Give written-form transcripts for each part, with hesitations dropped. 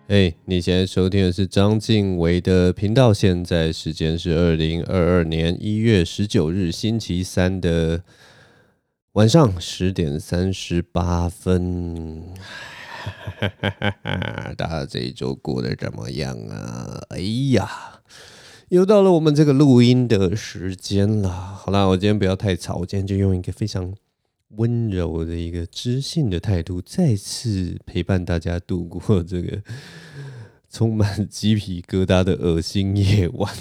你现在收听的是张敬伟的频道，现在时间是2022年1月19日星期三的晚上10点38分。大家这一周过得怎么样啊？哎呀，又到了我们这个录音的时间了。好啦，我今天不要太吵，我今天就用一个非常温柔的一个知性的态度，再次陪伴大家度过这个充满鸡皮疙瘩的恶心夜晚。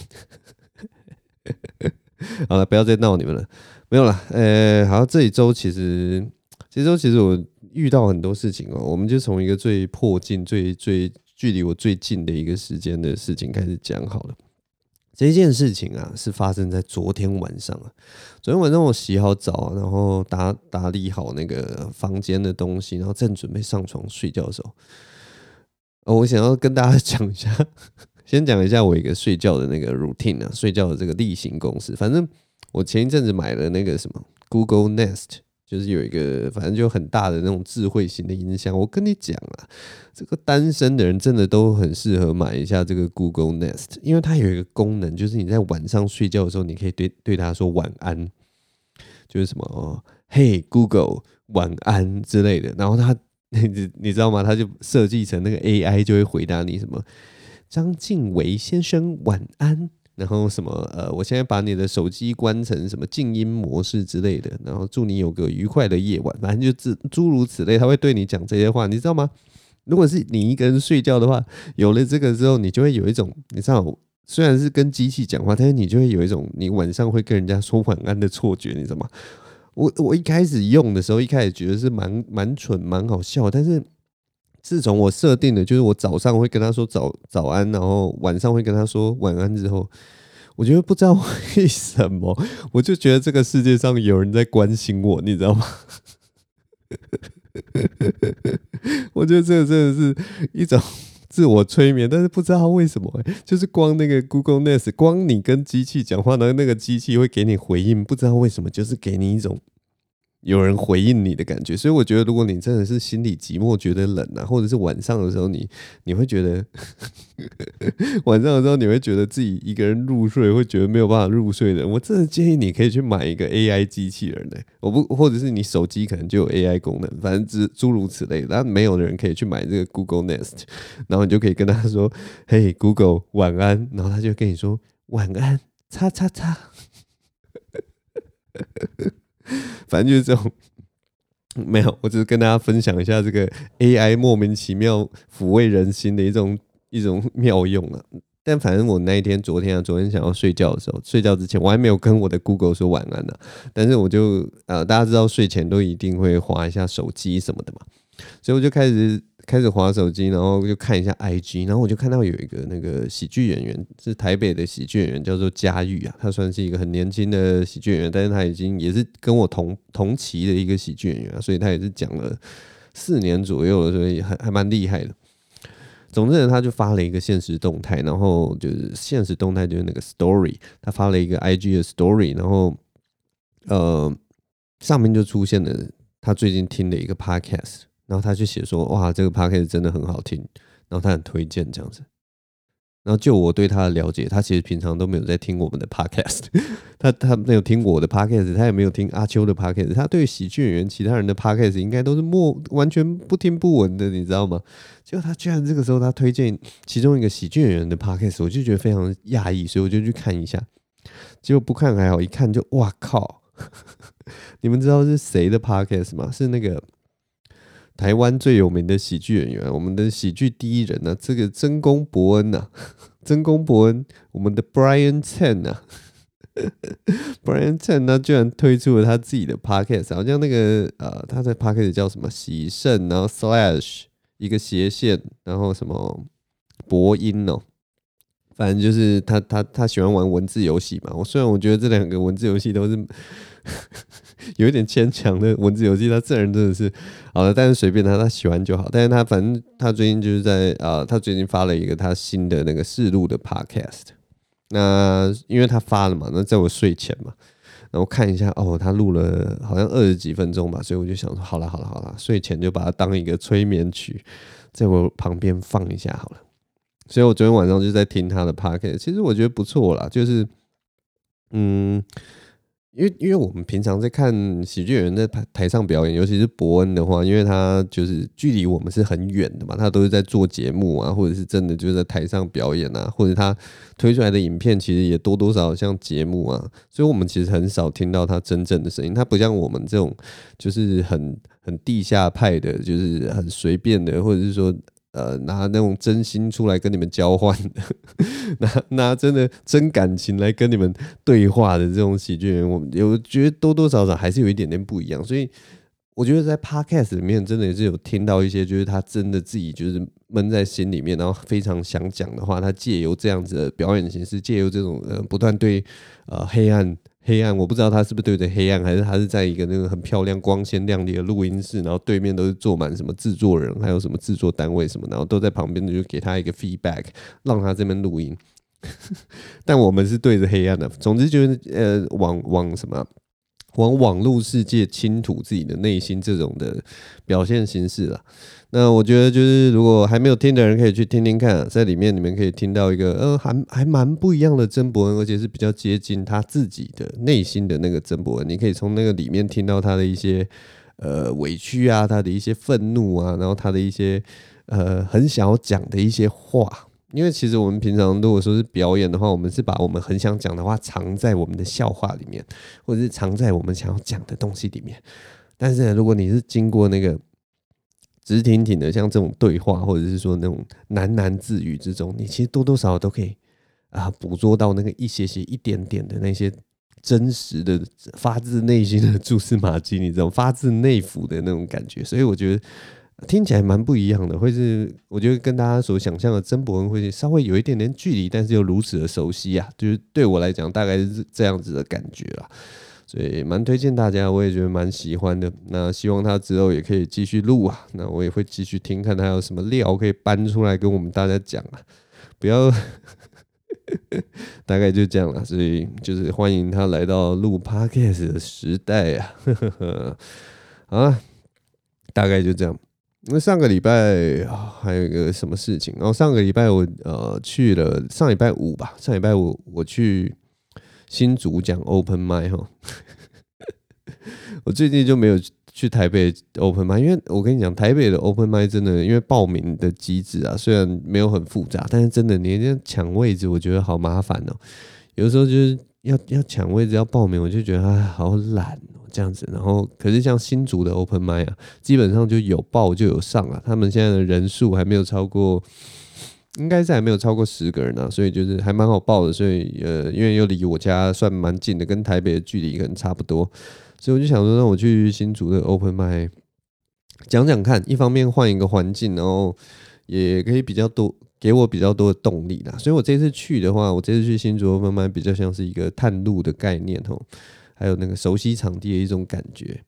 好了，不要再闹你们了，没有了。好，这一周其实我遇到很多事情哦，我们就从一个最迫近、最距离我最近的一个时间的事情开始讲好了。这件事情啊，是发生在昨天晚上啊。昨天晚上我洗好澡，然后打理好那个房间的东西，然后正准备上床睡觉的时候，我想要跟大家讲一下，先讲一下我一个睡觉的那个 routine 啊，睡觉的这个例行公事。反正我前一阵子买了那个什么 Google Nest，就是有一个反正就很大的那种智慧型的音箱。我跟你讲啊，这个单身的人真的都很适合买一下这个 Google Nest，因为它有一个功能，就是你在晚上睡觉的时候，你可以对它说晚安，就是什么嘿 Google 晚安之类的，然后它你知道吗？它就设计成那个 AI 就会回答你什么张敬伟先生晚安。然后什么我现在把你的手机关成什么静音模式之类的，然后祝你有个愉快的夜晚，反正就诸如此类，他会对你讲这些话，你知道吗？如果是你一个人睡觉的话，有了这个之后，你就会有一种，你知道，虽然是跟机器讲话，但是你就会有一种你晚上会跟人家说晚安的错觉，你知道吗？我一开始用的时候，一开始觉得是蛮蠢、蛮好笑，但是自从我设定的，就是我早上会跟他说早安，然后晚上会跟他说晚安之后，我觉得不知道为什么，我就觉得这个世界上有人在关心我，你知道吗？我觉得这个真的是一种自我催眠，但是不知道为什么、就是光那个 Google Nest， 光你跟机器讲话，然后那个机器会给你回应，不知道为什么，就是给你一种有人回应你的感觉。所以我觉得，如果你真的是心里寂寞、觉得冷啊，或者是晚上的时候你会觉得晚上的时候你会觉得自己一个人入睡，会觉得没有办法入睡的，我真的建议你可以去买一个 AI 机器人或者是你手机可能就有 AI 功能，反正诸如此类的。但没有的人可以去买这个 Google Nest， 然后你就可以跟他说：“嘿 Google 晚安”，然后他就跟你说晚安，叉叉叉。反正就是这种，没有，我只是跟大家分享一下这个 AI 莫名其妙抚慰人心的一种妙用啊。但反正我那一天，昨天想要睡觉的时候，睡觉之前我还没有跟我的 Google 说晚安呢、但是我就大家知道睡前都一定会滑一下手机什么的嘛，所以我就开始滑手机，然后就看一下 IG， 然后我就看到有一个那个喜剧演员，是台北的喜剧演员，叫做嘉玉啊，他算是一个很年轻的喜剧演员，但是他已经也是跟我同期的一个喜剧演员啊，所以他也是讲了4年左右了，所以还蛮厉害的。总之呢，他就发了一个现实动态，然后就是现实动态就是那个 story， 他发了一个 IG 的 story， 然后上面就出现了他最近听的一个 podcast， 然后他就写说哇这个 podcast 真的很好听，然后他很推荐这样子。然后就我对他的了解，他其实平常都没有在听我们的 podcast， 他没有听我的 podcast， 他也没有听阿秋的 podcast， 他对喜剧演员其他人的 podcast 应该都是完全不听不闻的，你知道吗？结果他居然这个时候他推荐其中一个喜剧演员的 podcast， 我就觉得非常讶异，所以我就去看一下。结果不看还好，一看就哇靠！你们知道是谁的 podcast 吗？是那个台湾最有名的喜剧演员，我们的喜剧第一人啊，这个曾公伯恩啊，曾公伯恩，我们的 Brian Chen 啊，Brian Chen 他居然推出了他自己的 podcast， 好像那个他的 podcast 叫什么喜盛，然后 slash 一个斜线，然后什么播音哦。反正就是他喜欢玩文字游戏嘛。虽然我觉得这两个文字游戏都是有一点牵强的文字游戏，他这人真的是好了，但是随便他喜欢就好。但是他反正他最近就是在他最近发了一个他新的那个试录的 podcast。那因为他发了嘛，那在我睡前嘛，然后看一下他录了好像20几分钟吧，所以我就想说好了，睡前就把它当一个催眠曲。 在我旁边放一下好了。所以我昨天晚上就在听他的 podcast， 其实我觉得不错啦，就是因为我们平常在看喜剧演员在台上表演，尤其是伯恩的话，因为他就是距离我们是很远的嘛，他都是在做节目啊，或者是真的就是在台上表演啊，或者他推出来的影片其实也多多少少像节目啊，所以我们其实很少听到他真正的声音。他不像我们这种就是很地下派的，就是很随便的，或者是说拿那种真心出来跟你们交换的，拿真的真感情来跟你们对话的这种喜剧人，我觉得多多少少还是有一点点不一样。所以我觉得在 podcast 里面真的也是有听到一些，就是他真的自己就是闷在心里面，然后非常想讲的话，他借由这样子的表演形式，借由这种不断对黑暗，我不知道他是不是对着黑暗，还是他是在一个那个很漂亮、光鲜亮丽的录音室，然后对面都是坐满什么制作人，还有什么制作单位什么，然后都在旁边就给他一个 feedback， 让他这边录音。但我们是对着黑暗的，总之就是往什么往网络世界倾吐自己的内心这种的表现形式啦。那我觉得就是如果还没有听的人可以去听听看，在里面你们可以听到一个还蛮不一样的曾伯恩，而且是比较接近他自己的内心的那个曾伯恩。你可以从那个里面听到他的一些委屈啊，他的一些愤怒啊，然后他的一些很想要讲的一些话。因为其实我们平常如果说是表演的话，我们是把我们很想讲的话藏在我们的笑话里面，或者是藏在我们想要讲的东西里面。但是呢，如果你是经过那个直挺挺的，像这种对话，或者是说那种喃喃自语之中，你其实多多少少都可以捕捉到那个一些些、一点点的那些真实的、发自内心的蛛丝马迹，你知道，发自内腑的那种感觉。所以我觉得听起来蛮不一样的，会是我觉得跟大家所想象的曾伯恩会稍微有一点点距离，但是又如此的熟悉啊，就是对我来讲大概是这样子的感觉啦。所以蛮推荐大家，我也觉得蛮喜欢的。那希望他之后也可以继续录啊，那我也会继续听，看他有什么料可以搬出来跟我们大家讲啊，不要大概就这样了。所以就是欢迎他来到录 podcast 的时代啊，好啊，大概就这样。那上个礼拜还有一个什么事情？然后上个礼拜我去了，上礼拜五吧，上礼拜五我去新竹讲 open mic 哈。我最近就没有去台北 open mic， 因为我跟你讲，台北的 open mic 真的，因为报名的机制啊，虽然没有很复杂，但是真的你要抢位置，我觉得好麻烦哦。有的时候就是要抢位置要报名，我就觉得好懒哦这样子。然后可是像新竹的 open mic 啊，基本上就有报就有上啊，他们现在的人数还没有超过。应该是还没有超过10个人啊，所以就是还蛮好报的。所以因为又离我家算蛮近的，跟台北的距离可能差不多，所以我就想说，让我去新竹的 open mic 讲讲看。一方面换一个环境，然后也可以比较多给我比较多的动力啦。所以我这次去的话，我这次去新竹 open mic 比较像是一个探路的概念哦，还有那个熟悉场地的一种感觉。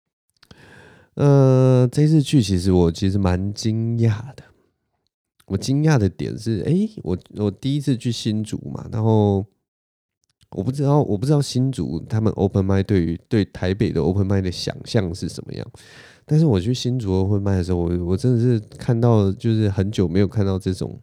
这次去其实我蛮惊讶的。我惊讶的点是，我第一次去新竹嘛，然后我不知道新竹他们 open mic 对台北的 open mic 的想象是什么样。但是我去新竹 open mic 的时候，我真的是看到，就是很久没有看到这种，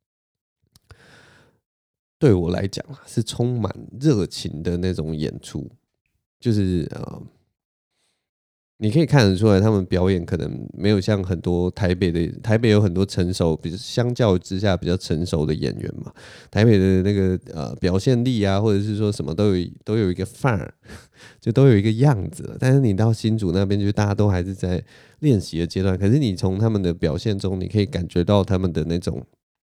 对我来讲是充满热情的那种演出，就是你可以看得出来，他们表演可能没有像很多台北有很多成熟，比如相较之下比较成熟的演员嘛。台北的那个表现力啊，或者是说什么都有一个范儿，就都有一个样子了。但是你到新竹那边，就大家都还是在练习的阶段。可是你从他们的表现中，你可以感觉到他们的那种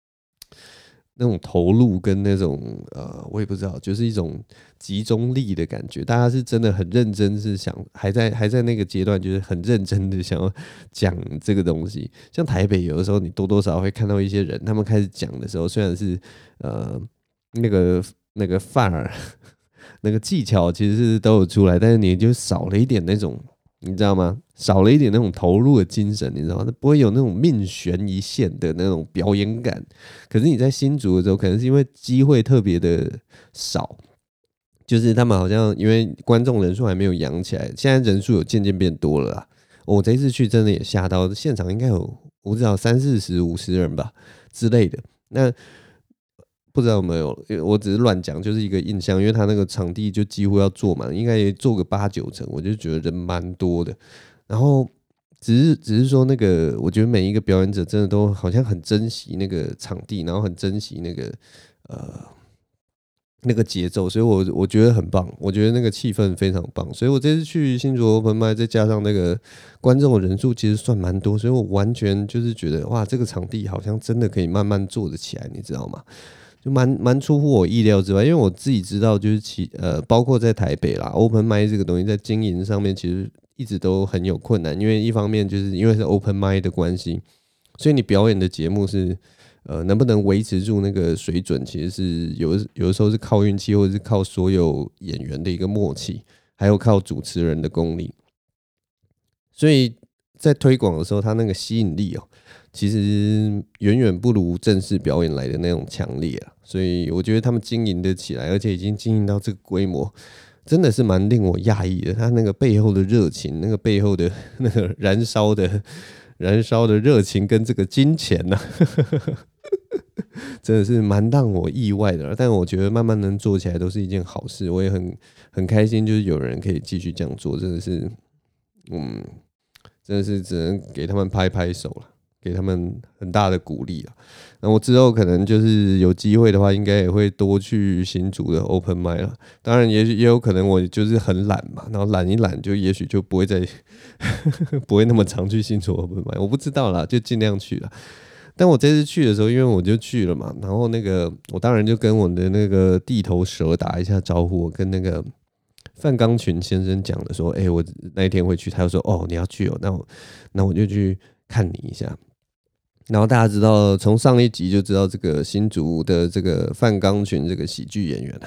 投入跟那种我也不知道，就是一种集中力的感觉。大家是真的很认真，是想还在那个阶段，就是很认真的想要讲这个东西。像台北有的时候，你多多少少会看到一些人，他们开始讲的时候，虽然是那个范儿、那个技巧其实是都有出来，但是你就少了一点那种，你知道吗？少了一点那种投入的精神，你知道吗？不会有那种命悬一线的那种表演感。可是你在新竹的时候，可能是因为机会特别的少，就是他们好像因为观众人数还没有养起来，现在人数有渐渐变多了啦。我这次去真的也吓到，现场应该有我不知道30、50、50人吧之类的。那不知道有没有，我只是乱讲，就是一个印象，因为他那个场地就几乎要坐满，应该也坐个8、9成，我就觉得人蛮多的。然后只是说那个，我觉得每一个表演者真的都好像很珍惜那个场地，然后很珍惜呃那个节奏，所以我觉得很棒，我觉得那个气氛非常棒，所以我这次去新竹 Open m i 再加上那个观众的人数其实算蛮多，所以我完全就是觉得哇，这个场地好像真的可以慢慢做得起来，你知道吗？就蛮出乎我意料之外，因为我自己知道，就是包括在台北啦，Open m i 这个东西在经营上面其实一直都很有困难，因为一方面就是因为是 Open m i 的关系，所以你表演的节目是能不能维持住那个水准，其实是有的时候是靠运气，或者是靠所有演员的一个默契，还有靠主持人的功力，所以在推广的时候，它那个吸引力其实远远不如正式表演来的那种强烈啊，所以我觉得他们经营得起来，而且已经经营到这个规模，真的是蛮令我讶异的。他那个背后的热情，那个背后的那个燃烧的热情跟这个金钱呢、真的是蛮让我意外的。但我觉得慢慢能做起来都是一件好事，我也很开心，就是有人可以继续这样做，真的是，真的是只能给他们拍拍手了。给他们很大的鼓励啊！那我之后可能就是有机会的话，应该也会多去新竹的 Open m i 了。当然，也有可能我就是很懒嘛，然后懒一懒，就也许就不会再不会那么常去新竹 Open m i 我不知道啦，就尽量去啦。但我这次去的时候，因为我就去了嘛，然后我当然就跟我的那个地头蛇打一下招呼，我跟那个范钢群先生讲的说，我那一天会去，他就说，哦，你要去哦，那我就去看你一下。然后大家知道，从上一集就知道这个新竹的这个范钢群这个喜剧演员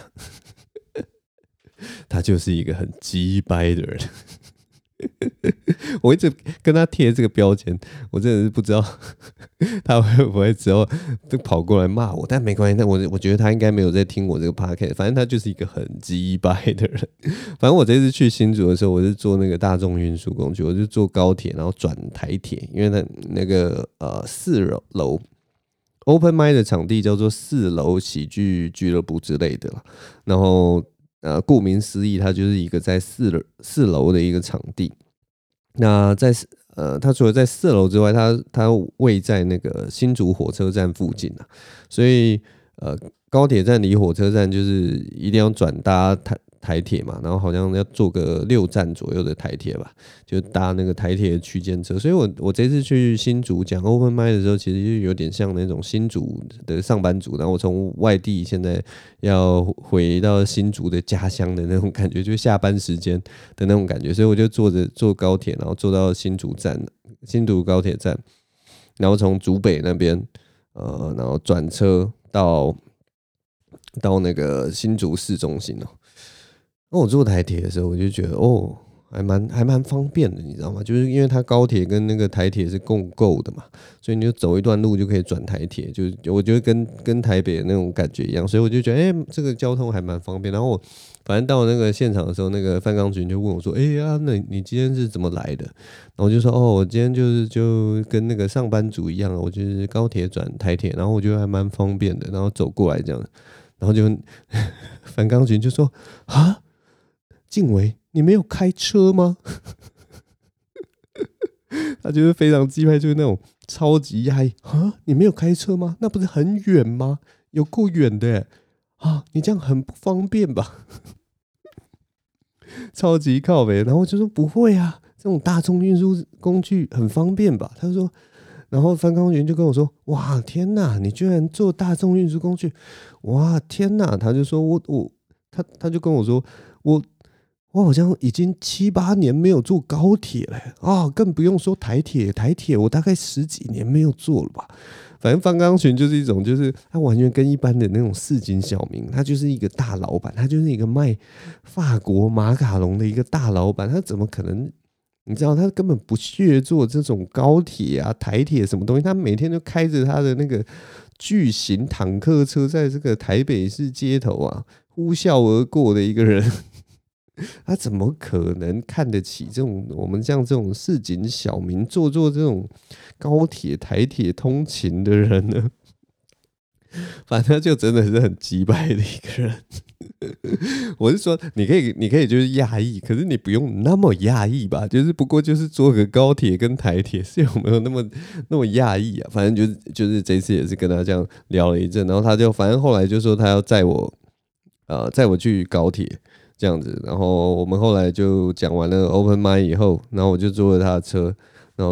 他就是一个很鸡掰的人。我一直跟他贴这个标签，我真的是不知道他会不会之后就跑过来骂我，但没关系，但我觉得他应该没有在听我这个 podcast， 反正他就是一个很鸡掰的人。反正我这次去新竹的时候，我是坐那个大众运输工具，我就坐高铁，然后转台铁，因为那个4楼 Open m i 的场地叫做4楼喜剧俱乐部之类的啦，然后顾名思义，它就是一个在四楼的一个场地。那它除了在4楼之外，它位在那个新竹火车站附近啊，所以高铁站离火车站就是一定要转搭台铁嘛，然后好像要坐个6站左右的台铁吧，就搭那个台铁的区间车。所以我这次去新竹讲 Open m i 的时候，其实就有点像那种新竹的上班族，然后我从外地现在要回到新竹的家乡的那种感觉，就是下班时间的那种感觉。所以我就坐高铁，然后坐到新竹高铁站，然后从竹北那边然后转车到那个新竹市中心哦。那我坐台铁的时候，我就觉得还蛮方便的，你知道吗？就是因为它高铁跟那个台铁是共构的嘛，所以你就走一段路就可以转台铁，就是我觉得跟台北的那种感觉一样，所以我就觉得这个交通还蛮方便。然后反正到那个现场的时候，那个范钢群就问我说，那你今天是怎么来的？然后我就说，我今天就跟那个上班族一样，我就是高铁转台铁，然后我觉得还蛮方便的，然后走过来这样，然后就范钢群就说啊。静伟，你没有开车吗？他就是非常鸡掰，就是那种超级压抑啊！你没有开车吗？那不是很远吗？有够远的耶啊！你这样很不方便吧？超级靠北。然后我就说不会啊，这种大众运输工具很方便吧？他说，然后范康源就跟我说：“哇，天哪，你居然坐大众运输工具！哇，天哪！”他就说他就跟我说我好像已经7、8年没有坐高铁了啊，更不用说台铁我大概10几年没有坐了吧。反正范钢群就是一种，就是他完全跟一般的那种市井小民，他就是一个大老板，他就是一个卖法国马卡龙的一个大老板，他怎么可能？你知道他根本不屑做这种高铁啊、台铁什么东西，他每天就开着他的那个巨型坦克车，在这个台北市街头啊呼啸而过的一个人。 他怎么可能看得起这种我们像这种市井小民坐这种高铁台铁通勤的人呢？反正就真的是很鸡掰的一个人。我是说，你可以就是讶异，可是你不用那么讶异吧？就是不过就是坐个高铁跟台铁是有没有那么讶异啊？反正就是这次也是跟他这样聊了一阵，然后他就反正后来就说他要载我去高铁这样子，然后我们后来就讲完了 open m i d 以后，然后我就坐了他的车，然后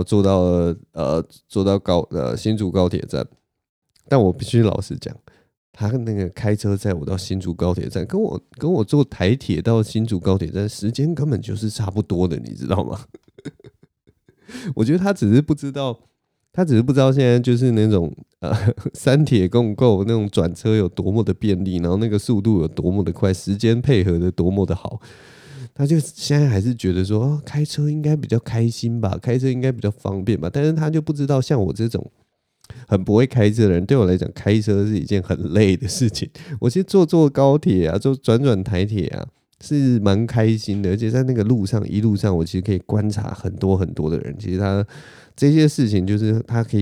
坐到新竹高铁站，但我必须老实讲。他那个开车载我到新竹高铁站，跟我坐台铁到新竹高铁站时间根本就是差不多的，你知道吗？我觉得他只是不知道，现在就是那种三铁共构那种转车有多么的便利，然后那个速度有多么的快，时间配合的多么的好。他就现在还是觉得说，开车应该比较开心吧，开车应该比较方便吧，但是他就不知道像我这种很不会开车的人，对我来讲，开车是一件很累的事情。我其实坐高铁啊，转台铁啊，是蛮开心的，而且在那个一路上，我其实可以观察很多很多的人。其实他这些事情，就是他可以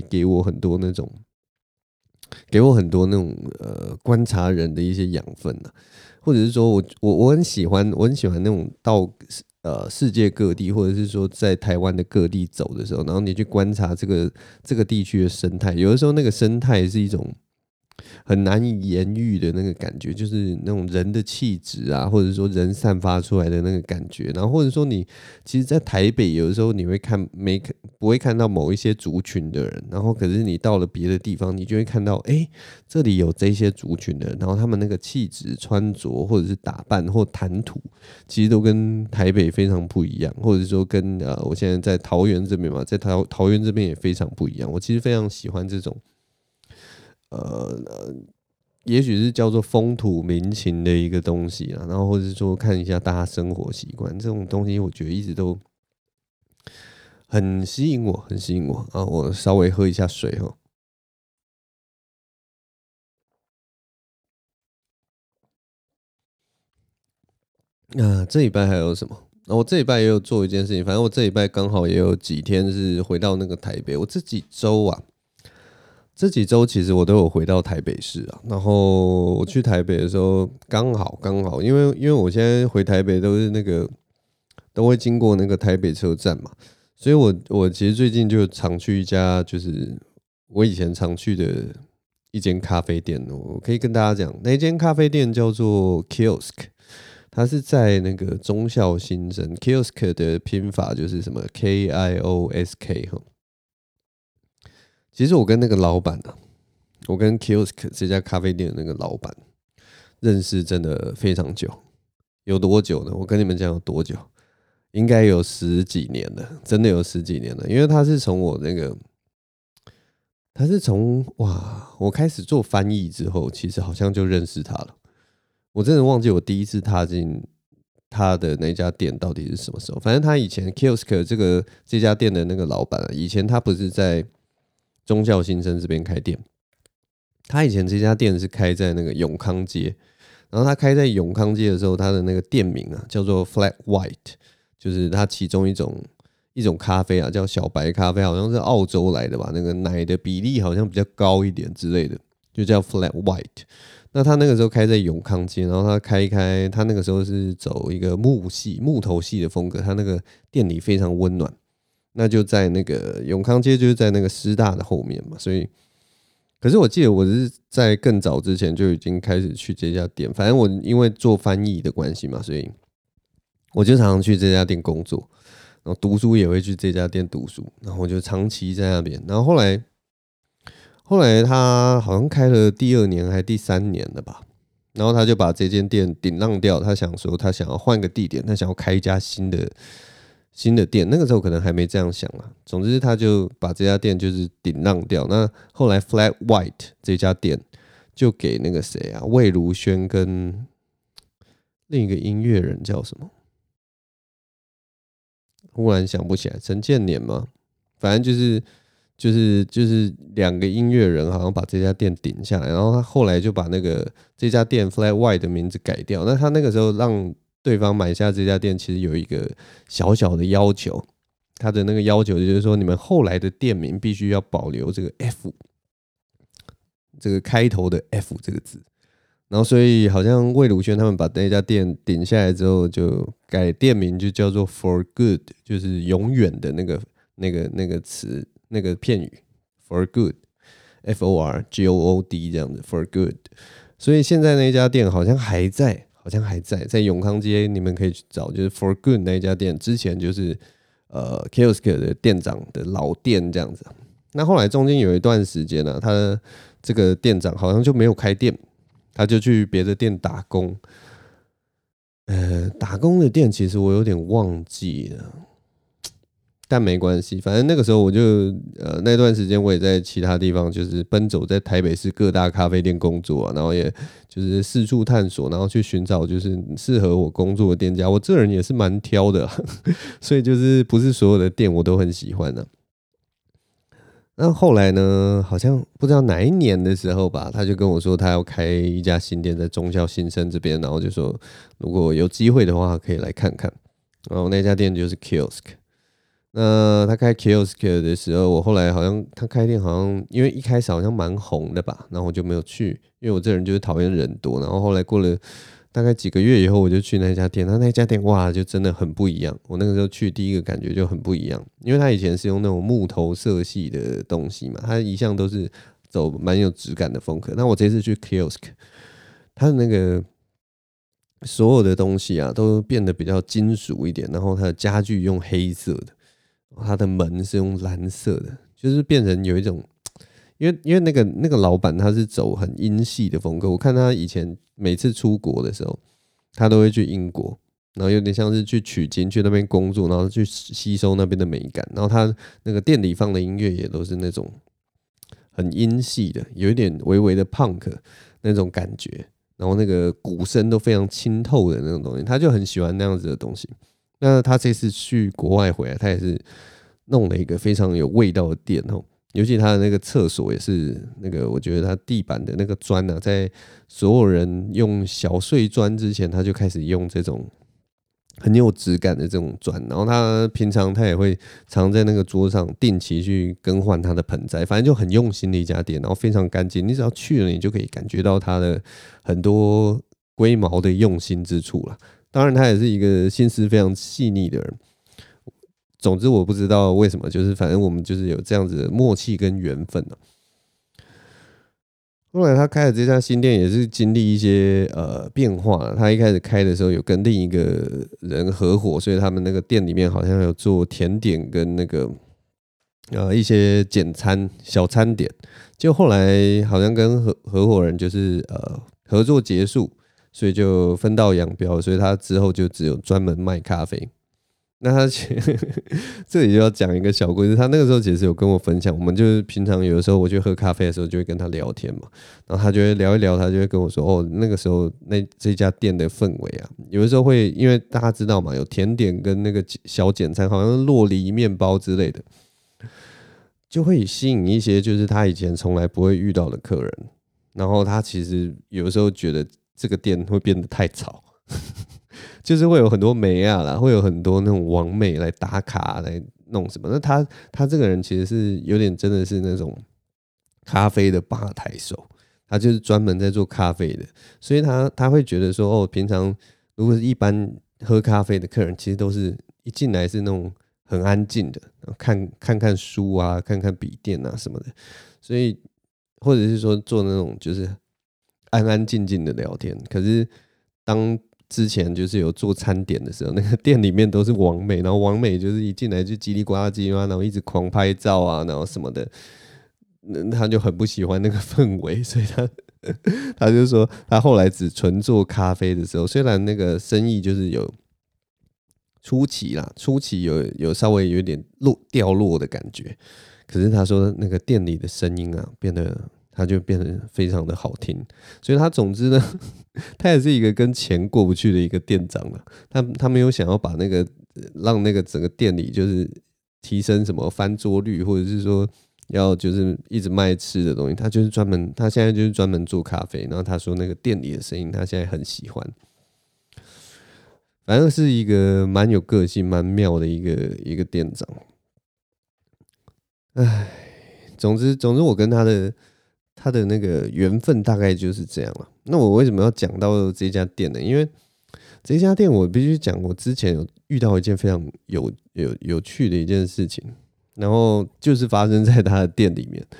给我很多那种观察人的一些养分啊，或者是说我很喜欢那种到世界各地，或者是说在台湾的各地走的时候，然后你去观察这个地区的生态，有的时候那个生态是一种很难以言喻的那个感觉，就是那种人的气质啊，或者说人散发出来的那个感觉，然后或者说你其实，在台北有的时候你会不会看到某一些族群的人，然后可是你到了别的地方，你就会看到，这里有这些族群的人，然后他们那个气质、穿着或者是打扮或谈吐，其实都跟台北非常不一样，或者说跟我现在在桃园这边嘛，在桃园这边也非常不一样。我其实非常喜欢这种。也许是叫做风土民情的一个东西啊，然后或者说看一下大家生活习惯这种东西，我觉得一直都很吸引我，很吸引我啊！我稍微喝一下水哦。那这礼拜还有什么？我这礼拜也有做一件事情，反正我这礼拜刚好也有几天是回到那个台北。我这几周其实我都有回到台北市啊。然后我去台北的时候，刚好，因为我现在回台北都会经过那个台北车站嘛，所以我其实最近就常去一家就是我以前常去的一间咖啡店。我可以跟大家讲，那间咖啡店叫做 Kiosk。它是在那个忠孝新生 Kiosk 的拼法就是什么 KIOSK 哈。其实我跟那个老板啊，我跟 Kiosk 这家咖啡店的那个老板认识真的非常久。有多久呢？我跟你们讲有多久，应该有十几年了，真的有十几年了。因为他是从我开始做翻译之后，其实好像就认识他了。我真的忘记我第一次踏进他的那家店到底是什么时候。反正他以前 Kiosk 这家店的那个老板啊，以前他不是在忠孝新生这边开店，他以前这家店是开在那个永康街。然后他开在永康街的时候，他的那个店名啊叫做 Flat White，就是他其中一种咖啡啊，叫小白咖啡，好像是澳洲来的吧，那个奶的比例好像比较高一点之类的，就叫 Flat White。那他那个时候开在永康街，然后他开一开，他那个时候是走一个木头系的风格，他那个店里非常温暖。那就在那个永康街，就是在那个师大的后面嘛，所以。可是我记得我是在更早之前就已经开始去这家店，反正我因为做翻译的关系嘛，所以我就常常去这家店工作，然后读书也会去这家店读书，然后我就长期在那边。然后后来他好像开了第二年还第三年了吧，然后他就把这间店顶浪掉，他想说他想要换个地点，他想要开一家新的店。那个时候可能还没这样想啊。总之他就把这家店就是顶浪掉。那后来 Flat White 这家店就给那个谁啊，魏如萱跟另一个音乐人叫什么，忽然想不起来，陈建年吗？反正就是两个音乐人好像把这家店顶下来，然后他后来就把这家店 Flat White 的名字改掉。那他那个时候对方买下这家店，其实有一个小小的要求，他的那个要求就是说，你们后来的店名必须要保留这个 F， 这个开头的 F 这个字。然后所以好像魏如萱他们把那家店顶下来之后，就改店名，就叫做 For Good， 就是永远的那个词那个片语 For Good，FORGOOD 这样子 For Good。所以现在那一家店好像还在，在永康街，你们可以去找，就是 For Good 那一家店，之前就是Kiosk 的店长的老店这样子。那后来中间有一段时间呢、他这个店长好像就没有开店，他就去别的店打工。打工的店其实我有点忘记了，但没关系，反正那个时候我就那段时间我也在其他地方就是奔走在台北市各大咖啡店工作啊，然后也就是四处探索，然后去寻找就是适合我工作的店家。我这人也是蛮挑的啦，所以就是不是所有的店我都很喜欢的、那后来呢，好像不知道哪一年的时候吧，他就跟我说他要开一家新店在忠孝新生这边，然后就说如果有机会的话可以来看看。然后那家店就是 Kiosk。那他开 Kiosk 的时候，我后来好像他开店好像因为一开始好像蛮红的吧，然后我就没有去，因为我这人就是讨厌人多。然后后来过了大概几个月以后，我就去那家店，那家店哇，就真的很不一样。我那个时候去第一个感觉就很不一样，因为他以前是用那种木头色系的东西嘛，他一向都是走蛮有质感的风格。那我这次去 Kiosk，他的那个所有的东西啊，都变得比较金属一点，然后他的家具用黑色的。他的门是用蓝色的，就是变成有一种，因为那个老板他是走很英系的风格，我看他以前每次出国的时候，他都会去英国，然后有点像是去取经去那边工作，然后去吸收那边的美感，然后他那个店里放的音乐也都是那种很英系的，有一点微微的 punk 那种感觉，然后那个鼓声都非常清透的那种东西，他就很喜欢那样子的东西。那他这次去国外回来，他也是弄了一个非常有味道的店哦，尤其他的那个厕所也是那个，我觉得他地板的那个砖啊，在所有人用小碎砖之前，他就开始用这种很有质感的这种砖，然后他平常他也会常在那个桌上定期去更换他的盆栽，反正就很用心的一家店，然后非常干净，你只要去了，你就可以感觉到他的很多龟毛的用心之处了。当然，他也是一个心思非常细腻的人。总之，我不知道为什么，就是反正我们就是有这样子的默契跟缘分啊。后来他开的这家新店也是经历一些变化。他一开始开的时候有跟另一个人合伙，所以他们那个店里面好像有做甜点跟那个一些简餐小餐点。就后来好像跟合伙人就是合作结束。所以就分道扬镳，所以他之后就只有专门卖咖啡。那他这里就要讲一个小故事，他那个时候其实有跟我分享，我们就是平常有的时候我去喝咖啡的时候就会跟他聊天嘛，然后他就会聊一聊，他就会跟我说，哦，那个时候这家店的氛围啊，有的时候会因为大家知道嘛，有甜点跟那个小简餐，好像酪梨面包之类的，就会吸引一些就是他以前从来不会遇到的客人，然后他其实有的时候觉得这个店会变得太吵，就是会有很多美啊啦，会有很多那种网美来打卡来弄什么。那他这个人其实是有点真的是那种咖啡的吧台手，他就是专门在做咖啡的，所以他会觉得说，哦，平常如果是一般喝咖啡的客人，其实都是一进来是那种很安静的，看看书啊，看看笔电啊什么的，所以或者是说做那种就是安安静静的聊天。可是当之前就是有做餐点的时候，那个店里面都是网美，然后网美就是一进来就叽里呱啦叽里呱啦，然后一直狂拍照啊，然后什么的，他就很不喜欢那个氛围，所以他就说他后来只纯做咖啡的时候，虽然那个生意就是有初期啦，初期有稍微有一点掉落的感觉，可是他说那个店里的声音啊他就变得非常的好听，所以他总之呢，他也是一个跟钱过不去的一个店长了。他没有想要把那个让那个整个店里就是提升什么翻桌率，或者是说要就是一直卖吃的东西，他现在就是专门做咖啡。然后他说那个店里的声音，他现在很喜欢。 反正是一个蛮有个性、蛮妙的一个店长。唉，总之，我跟他的那个缘分大概就是这样了。那我为什么要讲到这家店呢？因为这家店我必须讲，我之前有遇到一件非常有趣的一件事情，然后就是发生在他的店里面。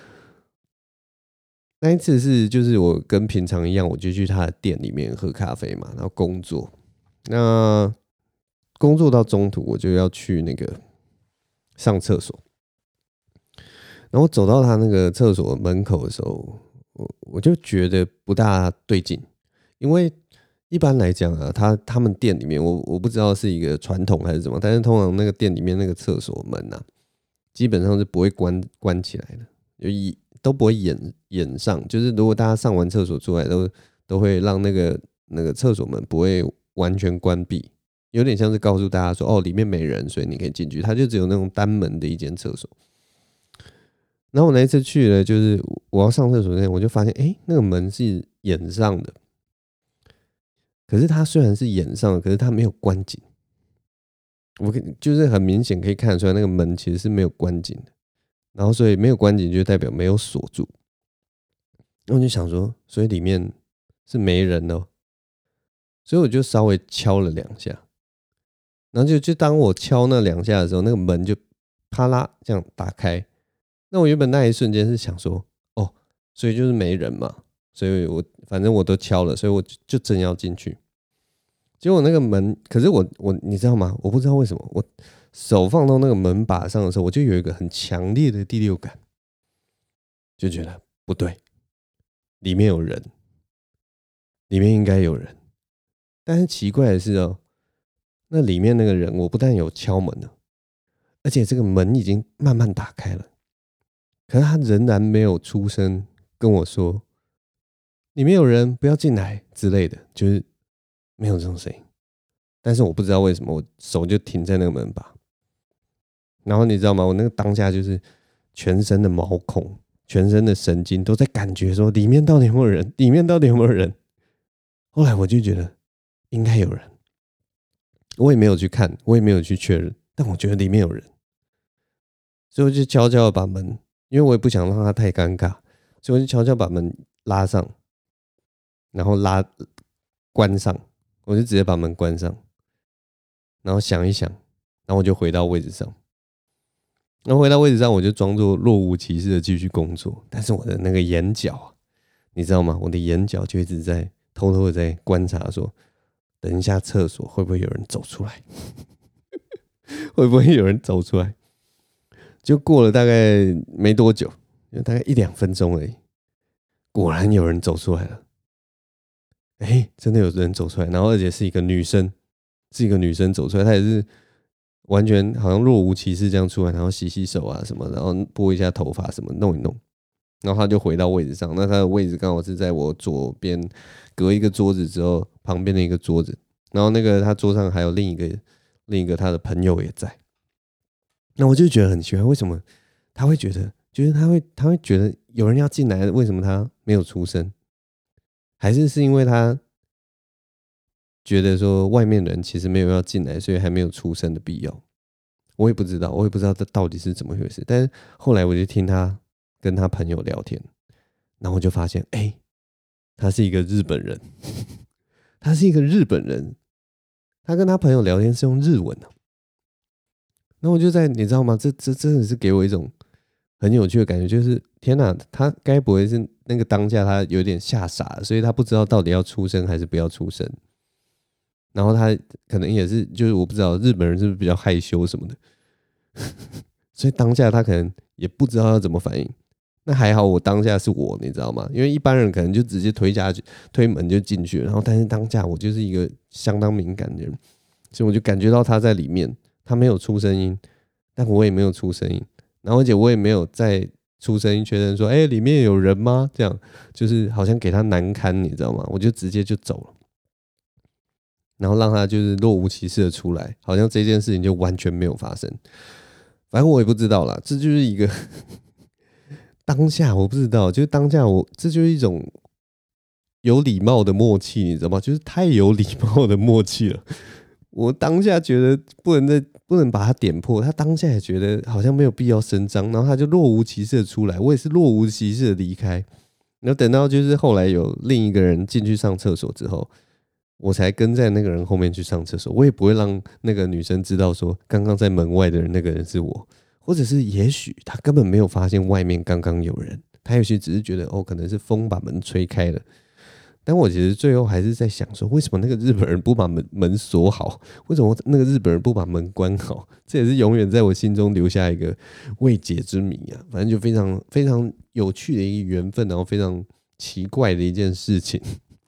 那一次是就是我跟平常一样，我就去他的店里面喝咖啡嘛，然后工作。那工作到中途，我就要去那个上厕所。然后走到他那个厕所门口的时候，我就觉得不大对劲，因为一般来讲啊，他们店里面，我不知道是一个传统还是什么，但是通常那个店里面那个厕所门啊，基本上是不会关起来的，都不会掩上，就是如果大家上完厕所出来都会让那个厕所门不会完全关闭，有点像是告诉大家说，哦，里面没人，所以你可以进去，它就只有那种单门的一间厕所。然后我那一次去了，就是我要上厕所那天，我就发现，那个门是掩上的，可是它虽然是掩上的，可是它没有关紧。就是很明显可以看得出来，那个门其实是没有关紧的。然后所以没有关紧，就代表没有锁住。然后我就想说，所以里面是没人哦，所以我就稍微敲了2下，然后就当我敲那2下的时候，那个门就啪啦这样打开。那我原本那一瞬间是想说，哦，所以就是没人嘛，所以反正我都敲了，所以我就真要进去。结果那个门，可是你知道吗？我不知道为什么，我手放到那个门把上的时候，我就有一个很强烈的第六感，就觉得不对，里面有人，里面应该有人。但是奇怪的是哦，那里面那个人，我不但有敲门了，而且这个门已经慢慢打开了，可是他仍然没有出声跟我说里面有人，不要进来之类的，就是没有这种声音。但是我不知道为什么，我手就停在那个门把。然后你知道吗？我那个当下就是全身的毛孔、全身的神经都在感觉说里面到底有没有人，里面到底有没有人。后来我就觉得应该有人，我也没有去看，我也没有去确认，但我觉得里面有人，所以我就悄悄的把门，因为我也不想让他太尴尬，所以我就悄悄把门拉上，然后关上，我就直接把门关上，然后想一想，然后我就回到位置上。然后回到位置上，我就装作若无其事的继续工作，但是我的那个眼角啊，你知道吗？我的眼角就一直在偷偷的在观察说，等一下厕所会不会有人走出来？会不会有人走出来？就过了大概没多久，大概1-2分钟而已，果然有人走出来了。真的有人走出来，然后而且是一个女生，走出来，她也是完全好像若无其事这样出来，然后洗洗手啊什么，然后拨一下头发什么弄一弄，然后他就回到位置上。那他的位置刚好是在我左边隔一个桌子之后旁边的一个桌子，然后那个他桌上还有另一个他的朋友也在。那我就觉得很奇怪，为什么他会觉得，就是他会觉得有人要进来，为什么他没有出声？还是因为他觉得说外面的人其实没有要进来，所以还没有出声的必要。我也不知道，这到底是怎么回事。但是后来我就听他跟他朋友聊天，然后我就发现，他是一个日本人，他是一个日本人，他跟他朋友聊天是用日文的。那我就你知道吗？这真的是给我一种很有趣的感觉，就是天哪，他该不会是那个当下他有点吓傻了，所以他不知道到底要出声还是不要出声。然后他可能也是，就是我不知道日本人是不是比较害羞什么的，所以当下他可能也不知道要怎么反应。那还好，我当下是我，你知道吗？因为一般人可能就直接推门就进去了，然后但是当下我就是一个相当敏感的人，所以我就感觉到他在里面，他没有出声音，但我也没有出声音，然后而且我也没有再出声音确认说，里面有人吗？这样就是好像给他难堪，你知道吗？我就直接就走了。然后让他就是若无其事的出来，好像这件事情就完全没有发生。反正我也不知道啦，这就是一个当下我不知道，就是当下这就是一种有礼貌的默契，你知道吗？就是太有礼貌的默契了。 我当下觉得不能把他点破，他当下也觉得好像没有必要声张，然后他就若无其事的出来，我也是若无其事的离开。然后等到就是后来有另一个人进去上厕所之后，我才跟在那个人后面去上厕所，我也不会让那个女生知道说刚刚在门外的人那个人是我，或者是也许他根本没有发现外面刚刚有人，他也许只是觉得可能是风把门吹开了。但我其实最后还是在想说，为什么那个日本人不把门锁好？为什么那个日本人不把门关好？这也是永远在我心中留下一个未解之谜啊！反正就非常非常有趣的一个缘分，然后非常奇怪的一件事情。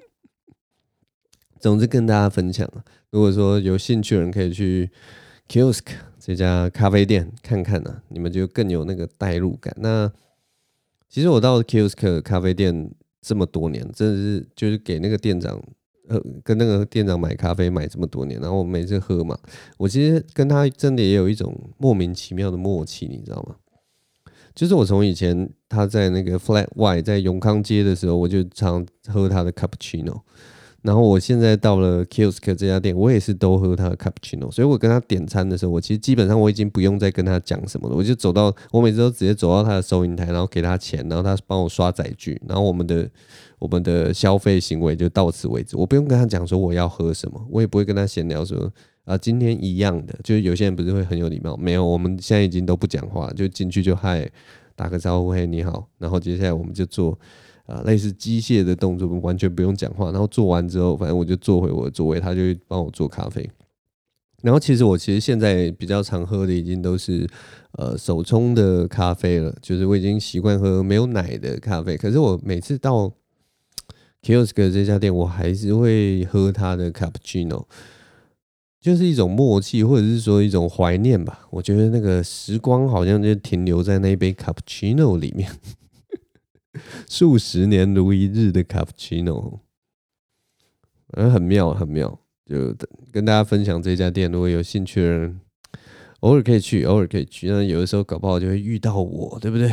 总之跟大家分享啊，如果说有兴趣的人可以去 Kiosk 这家咖啡店看看啊，你们就更有那个代入感。那其实我到 Kiosk 咖啡店这么多年，真的是就是给那个店长，跟那个店长买咖啡买这么多年，然后我每次喝嘛，我其实跟他真的也有一种莫名其妙的默契，你知道吗？就是我从以前他在那个 Flat White 在永康街的时候，我就常喝他的 Cappuccino。然后我现在到了 Kiosk 这家店，我也是都喝他的 cappuccino，所以我跟他点餐的时候，我其实基本上我已经不用再跟他讲什么了，我就我每次都直接走到他的收银台，然后给他钱，然后他帮我刷载具，然后我们的消费行为就到此为止，我不用跟他讲说我要喝什么，我也不会跟他闲聊说今天一样的，就是有些人不是会很有礼貌，没有，我们现在已经都不讲话，就进去就嗨，打个招呼，嘿你好，然后接下来我们就做。类似机械的动作，完全不用讲话。然后做完之后，反正我就坐回我的座位，他就会帮我做咖啡。然后其实现在比较常喝的已经都是手冲的咖啡了，就是我已经习惯喝没有奶的咖啡。可是我每次到 Kiosk 这家店，我还是会喝它的 cappuccino，就是一种默契，或者是说一种怀念吧。我觉得那个时光好像就停留在那一杯 cappuccino 里面。数十年如一日的 cappuccino，很妙很妙，就跟大家分享这家店，如果有兴趣的人，偶尔可以去，偶尔可以去，那有的时候搞不好就会遇到我，对不对？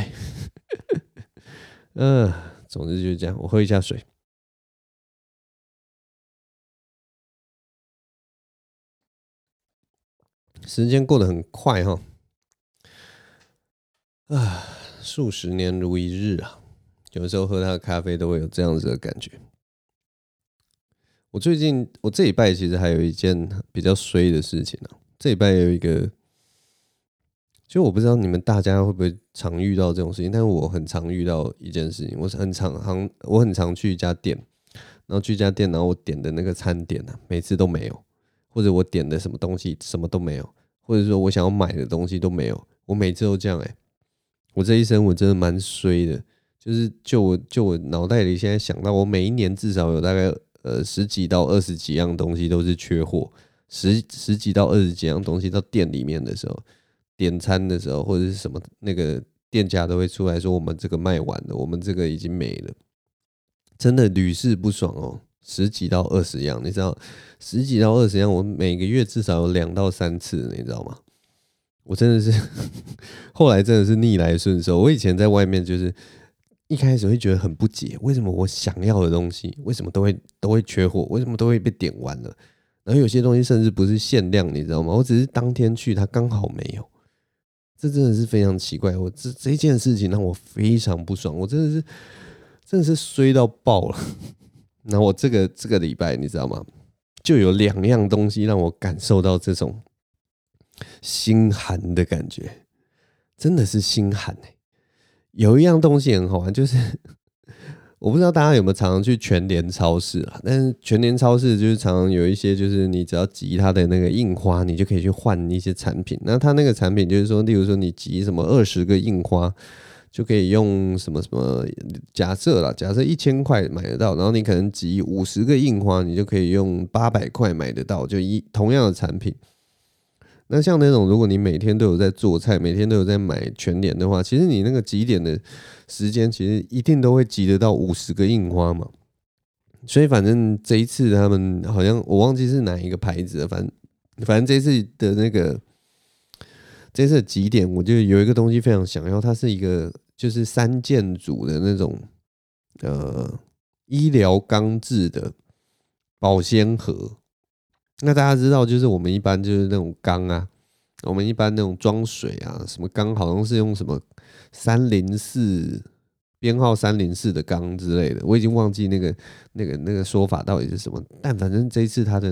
嗯，总之就是这样，我喝一下水。时间过得很快哈，数十年如一日啊，有的时候喝他的咖啡都会有这样子的感觉。我这礼拜其实还有一件比较衰的事情啊，这礼拜有一个，就我不知道你们大家会不会常遇到这种事情，但是我很常遇到一件事情，我很常去一家店，然后去一家店，然后我点的那个餐点啊，每次都没有，或者我点的什么东西什么都没有，或者说我想要买的东西都没有，我每次都这样我这一生我真的蛮衰的，就是就我脑袋里现在想到，我每一年至少有大概十几到二十几样东西都是缺货，十几到二十几样东西到店里面的时候，点餐的时候或者是什么那个店家都会出来说我们这个卖完了，我们这个已经没了，真的屡试不爽哦。十几到二十样，你知道，十几到二十样，我每个月至少有2到3次，你知道吗？我真的是后来真的是逆来顺受。我以前在外面就是一开始会觉得很不解，为什么我想要的东西为什么都会缺货，为什么都会被点完了？然后有些东西甚至不是限量，你知道吗？我只是当天去，它刚好没有。这真的是非常奇怪，这件事情让我非常不爽，我真的是衰到爆了。那我这个礼拜你知道吗？就有2样东西让我感受到这种心寒的感觉，真的是心寒有一样东西很好玩，就是我不知道大家有没有常常去全联超市啊？但是全联超市就是常常有一些，就是你只要集它的那个印花，你就可以去换一些产品。那它那个产品就是说，例如说你集什么20个印花，就可以用什么什么，假设1000块买得到，然后你可能集50个印花，你就可以用800块买得到，就同样的产品。那像那种，如果你每天都有在做菜，每天都有在买全联的话，其实你那个集点的时间，其实一定都会集得到50个印花嘛。所以反正这一次他们好像我忘记是哪一个牌子了，反正这次的集点，我就有一个东西非常想要，它是一个就是3件组的那种医疗钢制的保鲜盒。 那大家知道，就是我们一般就是那种缸啊，我们一般那种装水啊，什么缸好像是用什么304编号304的缸之类的，我已经忘记那个说法到底是什么，但反正这一次它的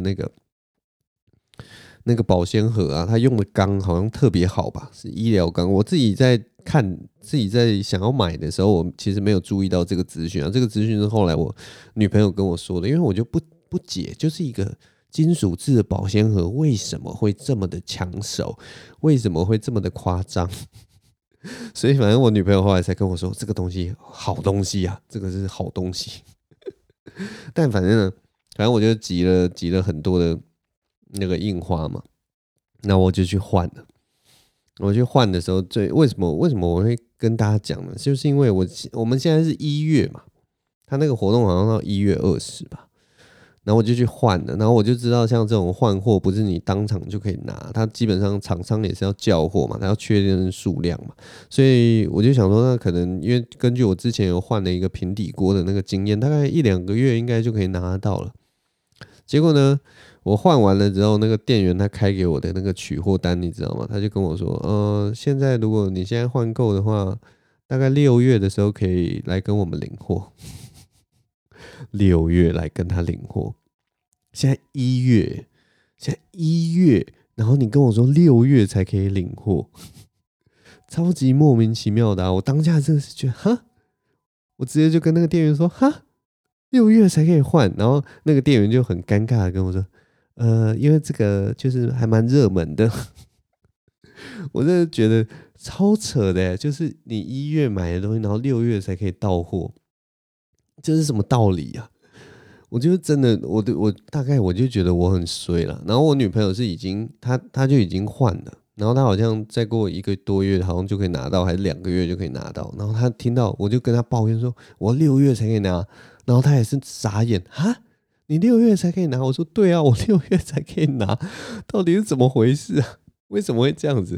那个保鲜盒啊，它用的缸好像特别好吧，是医疗缸。我自己在看，自己在想要买的时候，我其实没有注意到这个资讯啊。这个资讯是后来我女朋友跟我说的，因为我就不解，就是一个金属制的保鲜盒为什么会这么的抢手，为什么会这么的夸张？所以反正我女朋友后来才跟我说，这个东西好东西啊，这个是好东西。但反正呢，反正我就集了很多的那个印花嘛，那我就去换了。我去换的时候，为什么我会跟大家讲呢？就是因为我们现在是1月嘛，他那个活动好像到1月20吧，然后我就去换了，然后我就知道像这种换货不是你当场就可以拿，它基本上厂商也是要叫货嘛，它要确认数量嘛，所以我就想说，那可能因为根据我之前有换了一个平底锅的那个经验，大概1-2个月应该就可以拿得到了。结果呢，我换完了之后，那个店员他开给我的那个取货单，你知道吗？他就跟我说，现在如果你现在换购的话，大概6月的时候可以来跟我们领货。6月来跟他领货，现在一月，现在一月，然后你跟我说6月才可以领货，超级莫名其妙的啊！我当下真的是觉得，哈，我直接就跟那个店员说，哈，6月才可以换，然后那个店员就很尴尬的跟我说，因为这个就是还蛮热门的，我真的觉得超扯的耶，就是你1月买的东西，然后6月才可以到货，这是什么道理啊？我就真的，我大概我就觉得我很衰了。然后我女朋友是已经，她就已经换了，然后她好像再过1个多月，好像就可以拿到，还是2个月就可以拿到。然后她听到，我就跟她抱怨说，我6月才可以拿，然后她也是傻眼，哈，你6月才可以拿？我说对啊，我6月才可以拿，到底是怎么回事啊？为什么会这样子？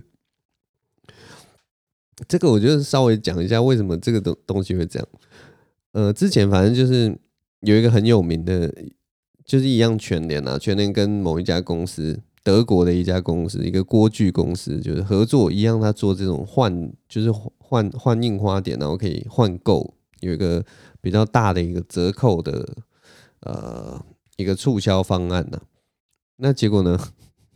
这个我就稍微讲一下为什么这个东西会这样。之前反正就是有一个很有名的，就是一样全联啊，全联跟某一家公司，德国的一家公司，一个锅具公司，就是合作一样，他做这种就是换印花点，然后可以换购，有一个比较大的一个折扣的呃一个促销方案呢、那结果呢，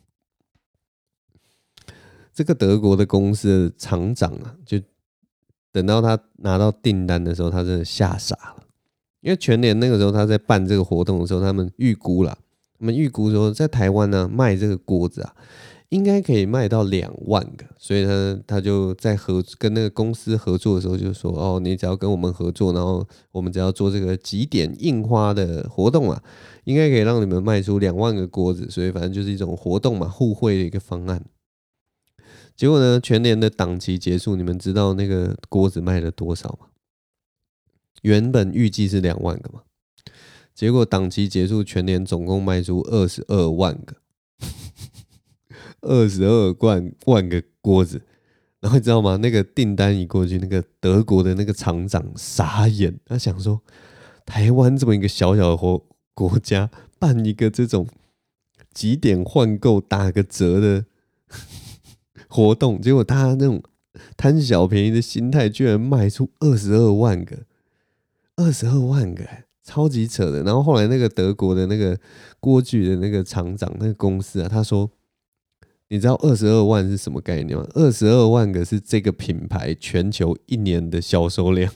这个德国的公司的厂长啊，就等到他拿到订单的时候，他真的吓傻了。因为全联那个时候他在办这个活动的时候，他们预估啦，他们预估说在台湾呢卖这个锅子啊，应该可以卖到2万个，所以他就在跟那个公司合作的时候就说，哦，你只要跟我们合作，然后我们只要做这个集点印花的活动啊，应该可以让你们卖出2万个锅子，所以反正就是一种活动嘛，互惠的一个方案。结果呢，全年的档期结束，你们知道那个锅子卖了多少吗？原本预计是2万个嘛，结果档期结束，全年总共卖出22万个，22万个锅子。然后你知道吗？那个订单一过去，那个德国的那个厂长傻眼，他想说，台湾这么一个小小的国家，办一个这种几点换购打个折的活动，结果大家那种贪小便宜的心态，居然卖出22万个，22万个、欸，超级扯的。然后后来那个德国的那个锅具的那个厂长，那个公司啊，他说，你知道22万是什么概念吗？22万个是这个品牌全球1年的销售量。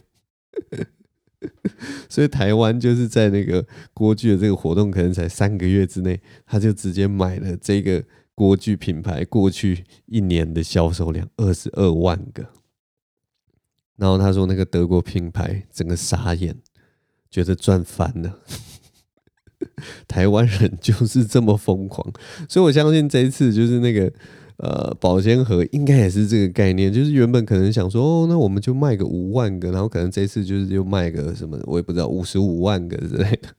所以台湾就是在那个锅具的这个活动，可能才3个月之内，他就直接买了这个锅具品牌过去1年的销售量22万个。然后他说那个德国品牌整个傻眼，觉得赚翻了。台湾人就是这么疯狂，所以我相信这一次就是那个保鲜盒应该也是这个概念，就是原本可能想说哦，那我们就卖个5万个，然后可能这次就是又卖个什么，我也不知道55万个之类的，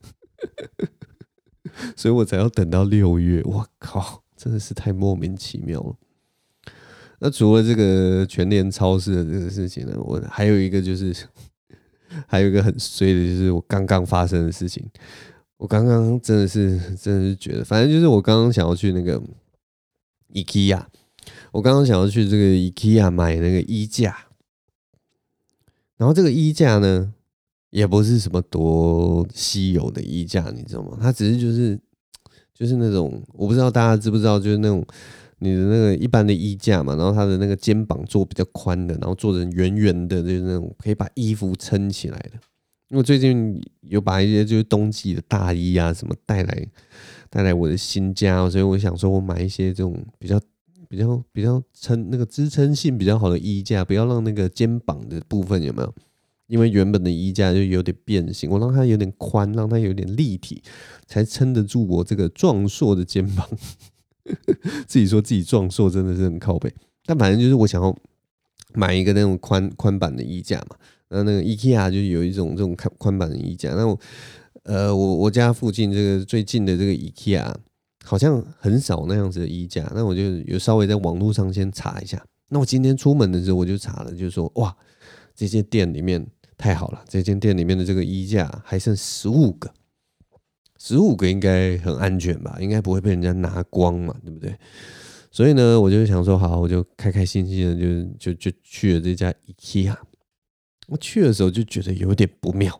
所以我才要等到6月。我靠，真的是太莫名其妙了。那除了这个全联超市的这个事情呢，我还有一个就是还有一个很衰的，就是我刚刚发生的事情。 我刚刚真的是觉得，反正就是我刚刚想要去那个 IKEA，我刚刚想要去这个 IKEA 买那个衣架，然后这个衣架呢，也不是什么多稀有的衣架，你知道吗？它只是就是那种，我不知道大家知不知道，就是那种你的那个一般的衣架嘛，然后它的那个肩膀做比较宽的，然后做成圆圆的，就是那种可以把衣服撑起来的。因为最近有把一些就是冬季的大衣啊什么带来我的新家，所以我想说我买一些这种比较撑那个支撑性比较好的衣架，不要让那个肩膀的部分有没有？因为原本的衣架就有点变形，我让它有点宽，让它有点立体，才撑得住我这个壮硕的肩膀。自己说自己壮硕真的是很靠背，但反正就是我想要买一个那种宽版的衣架嘛。那个 IKEA 就有一种这种宽版的衣架，那我家附近这个最近的这个 IKEA 好像很少那样子的衣架，那我就有稍微在网络上先查一下。那我今天出门的时候我就查了，就是说哇，这间店里面太好了，这间店里面的这个衣架还剩15个。15个应该很安全吧，应该不会被人家拿光嘛，对不对？所以呢，我就想说，好，我就开开心心的就去了这家 IKEA。我去的时候就觉得有点不妙，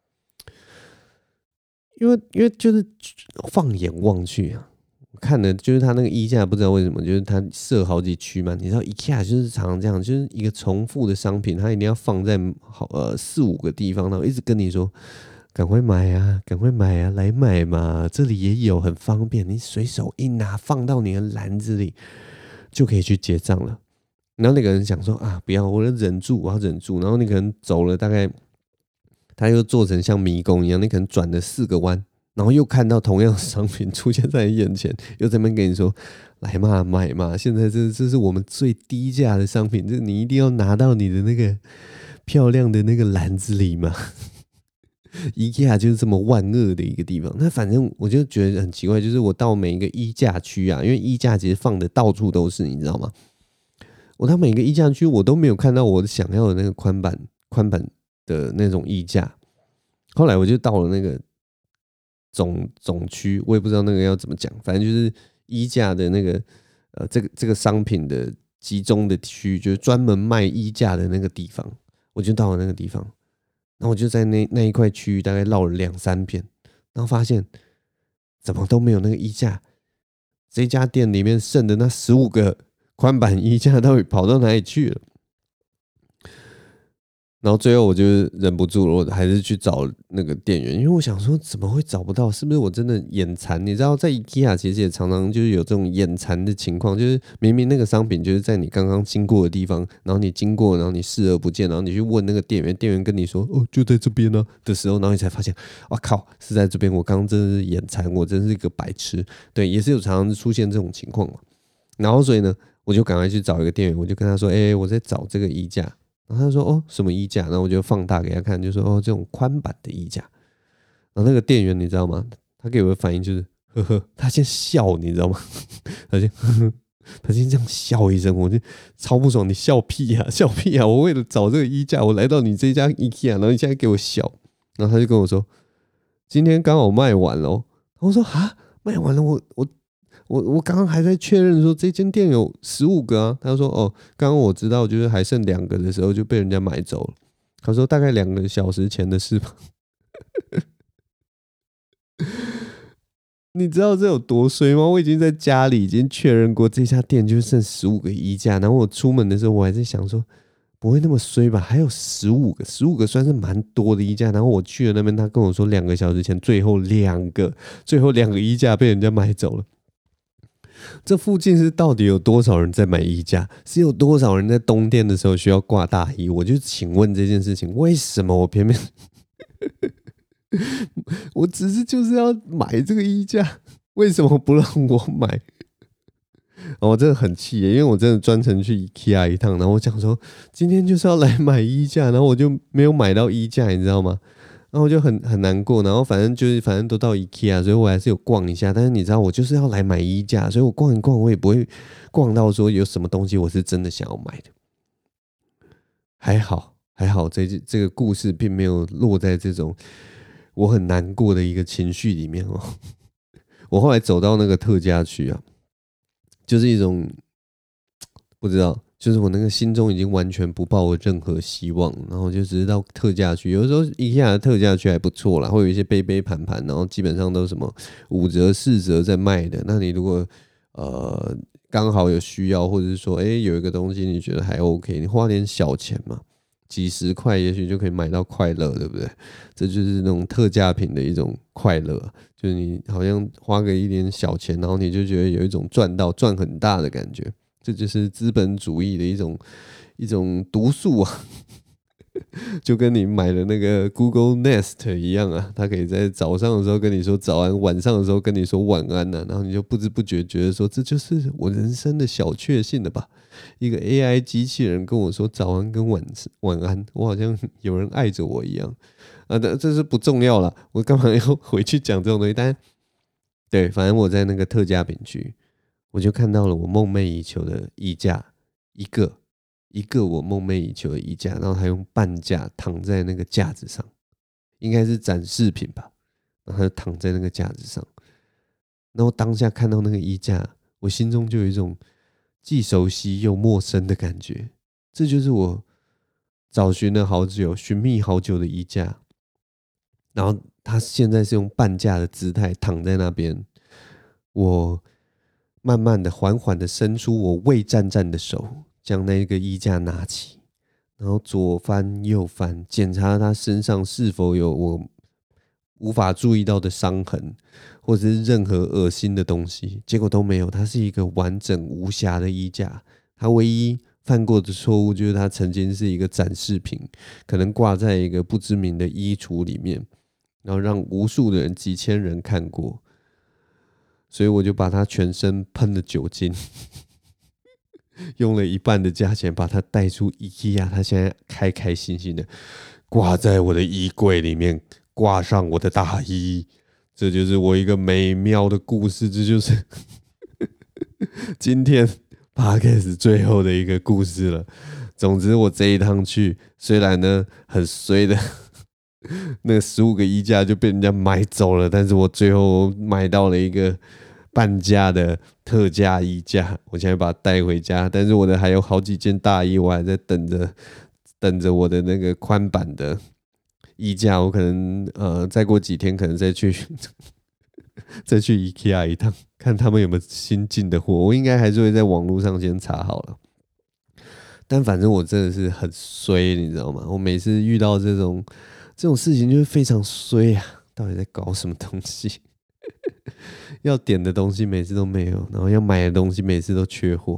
因为就是放眼望去啊，我看的就是他那个衣架，不知道为什么，就是他设好几区嘛。你知道 IKEA 就是常常这样，就是一个重复的商品，它一定要放在4、5个地方，然后一直跟你说赶快买啊，赶快买啊，来买嘛，这里也有，很方便，你随手一拿放到你的篮子里就可以去结账了。然后那个人想说啊，不要，我要忍住，我要忍住。然后你可能走了大概，他又做成像迷宫一样，你可能转了4个弯，然后又看到同样的商品出现在你眼前，又在那边跟你说来嘛，买嘛，现在这是我们最低价的商品，这你一定要拿到你的那个漂亮的那个篮子里嘛。IKEA 就是这么万恶的一个地方。那反正我就觉得很奇怪，就是我到每一个衣架区啊，因为衣架其实放的到处都是，你知道吗？我到每个衣架区，我都没有看到我想要的那个宽版的那种衣架。后来我就到了那个总区，我也不知道那个要怎么讲，反正就是衣架的那个这个商品的集中的区，就是专门卖衣架的那个地方。我就到了那个地方，然后我就在那一块区域大概绕了2、3遍，然后发现怎么都没有那个衣架。这家店里面剩的那15个宽版衣架到底跑到哪里去了？然后最后我就忍不住了，我还是去找那个店员，因为我想说怎么会找不到？是不是我真的眼馋？你知道，在 IKEA 其实也常常就是有这种眼馋的情况，就是明明那个商品就是在你刚刚经过的地方，然后你经过，然后你视而不见，然后你去问那个店员，店员跟你说哦就在这边呢的时候，然后你才发现，哇靠，是在这边！我刚刚真的是眼馋，我真是一个白痴。对，也是有常常出现这种情况嘛。然后所以呢，我就赶快去找一个店员，我就跟他说，我在找这个衣架。然后他说：“哦，什么衣架？”然后我就放大给他看，就说：“哦，这种宽版的衣架。”然后那个店员你知道吗？他给我的反应就是呵呵，他先笑，你知道吗？他先呵呵，他先这样笑一声，我就超不爽。你笑屁呀、笑屁呀、我为了找这个衣架，我来到你这家 IKEA，然后你现在给我笑。然后他就跟我说：“今天刚好卖完了哦。”我说：“啊，卖完了，我刚刚还在确认说这间店有15个啊。”他说：“哦，刚刚我知道，就是还剩2个的时候就被人家买走了。”他说：“大概2个小时前的事吧。”你知道这有多衰吗？我已经在家里已经确认过这家店就剩15个衣架，然后我出门的时候我还在想说，不会那么衰吧？还有15个，15个算是蛮多的衣架。然后我去了那边，他跟我说2个小时前最后两个衣架被人家买走了。这附近是到底有多少人在买衣架？是有多少人在冬天的时候需要挂大衣？我就请问这件事情，为什么我偏偏我只是就是要买这个衣架，为什么不让我买？我真的很气耶，因为我真的专程去 IKEA 一趟，然后我想说今天就是要来买衣架，然后我就没有买到衣架，你知道吗？然后我就很难过，然后反正都到 IKEA，所以我还是有逛一下。但是你知道，我就是要来买衣架，所以我逛一逛，我也不会逛到说有什么东西我是真的想要买的。还好，这个故事并没有落在这种我很难过的一个情绪里面哦。我后来走到那个特价区啊，就是一种不知道，就是我那个心中已经完全不抱有任何希望，然后就只是到特价区，有的时候IKEA的特价区还不错啦，会有一些杯杯盘盘，然后基本上都是什么5折4折在卖的。那你如果刚好有需要，或者是说有一个东西你觉得还 OK，你花点小钱嘛，几十块也许就可以买到快乐，对不对？这就是那种特价品的一种快乐，就是你好像花个一点小钱，然后你就觉得有一种赚很大的感觉。这就是资本主义的一种毒素啊，就跟你买的那个 Google Nest 一样啊，它可以在早上的时候跟你说早安，晚上的时候跟你说晚安啊，然后你就不知不觉觉得说这就是我人生的小确幸了吧？一个 AI 机器人跟我说早安跟晚安，我好像有人爱着我一样啊，这是不重要了，我干嘛要回去讲这种东西？但对，反正我在那个特价品区。我就看到了我梦寐以求的衣架，一个我梦寐以求的衣架，然后还用半价躺在那个架子上，应该是展示品吧，然后他就躺在那个架子上，然后当下看到那个衣架，我心中就有一种既熟悉又陌生的感觉，这就是我找寻了好久、寻觅好久的衣架，然后他现在是用半价的姿态躺在那边，我慢慢的、缓缓的伸出我未战战的手，将那个衣架拿起，然后左翻右翻，检查他身上是否有我无法注意到的伤痕，或者是任何恶心的东西，结果都没有。它是一个完整无瑕的衣架，它唯一犯过的错误就是它曾经是一个展示品，可能挂在一个不知名的衣橱里面，然后让无数的人、几千人看过。所以我就把它全身喷了酒精，用了一半的价钱把它带出 IKEA， 它现在开开心心的挂在我的衣柜里面，挂上我的大衣。这就是我一个美妙的故事，这就是今天 Podcast 最后的一个故事了。总之，我这一趟去，虽然呢很衰的，那15个衣架就被人家买走了，但是我最后买到了一个半价的特价衣架，我现在把它带回家，但是我的还有好几件大衣，我还在等着我的那个宽版的衣架，我可能再过几天可能再去再去 IKEA 一趟，看他们有没有新进的货，我应该还是会在网络上先查好了。但反正我真的是很衰，你知道吗？我每次遇到这种事情，就是非常衰啊！到底在搞什么东西？要点的东西每次都没有，然后要买的东西每次都缺货，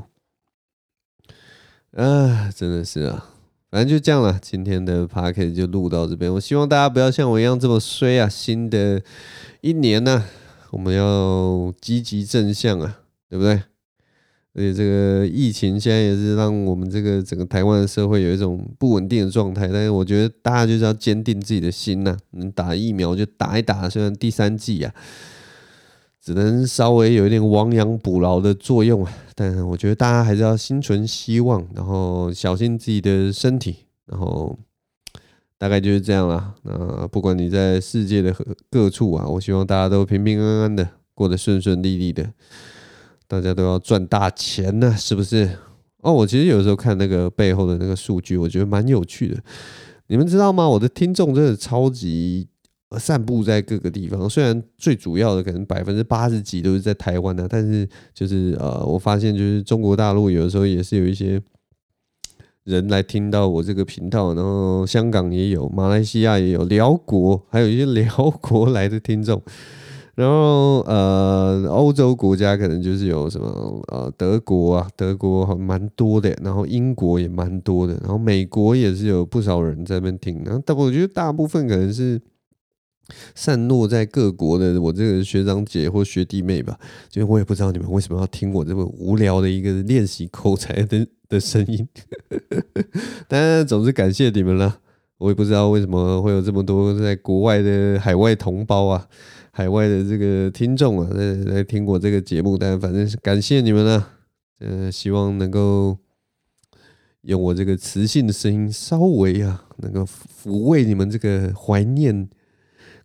啊，真的是啊，反正就这样了。今天的 podcast 就录到这边，我希望大家不要像我一样这么衰啊！新的一年呢、我们要积极正向啊，对不对？而且这个疫情现在也是让我们这个整个台湾的社会有一种不稳定的状态，但是我觉得大家就是要坚定自己的心呐、能打疫苗就打一打，虽然第3剂啊。只能稍微有一点亡羊补牢的作用啊，但我觉得大家还是要心存希望，然后小心自己的身体，然后大概就是这样啦。那不管你在世界的各处啊，我希望大家都平平安安的，过得顺顺利利的，大家都要赚大钱呢、是不是？哦，我其实有时候看那个背后的那个数据，我觉得蛮有趣的。你们知道吗？我的听众真的超级散布在各个地方，虽然最主要的可能80%几都是在台湾啊，但是就是我发现就是中国大陆有的时候也是有一些人来听到我这个频道，然后香港也有，马来西亚也有，辽国还有一些辽国来的听众，然后欧洲国家可能就是有什么德国啊，德国好像蛮多的，然后英国也蛮多的，然后美国也是有不少人在那边听，然后但我觉得大部分可能是散落在各国的我这个学长姐或学弟妹吧，就我也不知道你们为什么要听我这么无聊的一个练习口才的声音，但总之感谢你们了。我也不知道为什么会有这么多在国外的海外同胞啊，海外的这个听众啊，在听我这个节目，但反正是感谢你们了。希望能够用我这个磁性的声音，稍微啊，能够抚慰你们这个怀念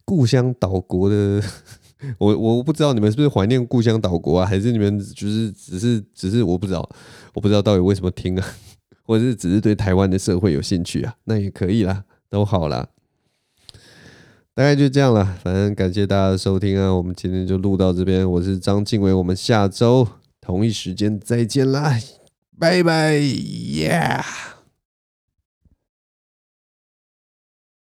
故乡岛国的，我不知道你们是不是怀念故乡岛国啊，还是你们就是只是我不知道，我不知道到底为什么听啊，或者是只是对台湾的社会有兴趣啊，那也可以啦，都好啦。大概就这样了，反正感谢大家的收听啊，我们今天就录到这边，我是张敬伟，我们下周同一时间再见啦，拜拜，耶、yeah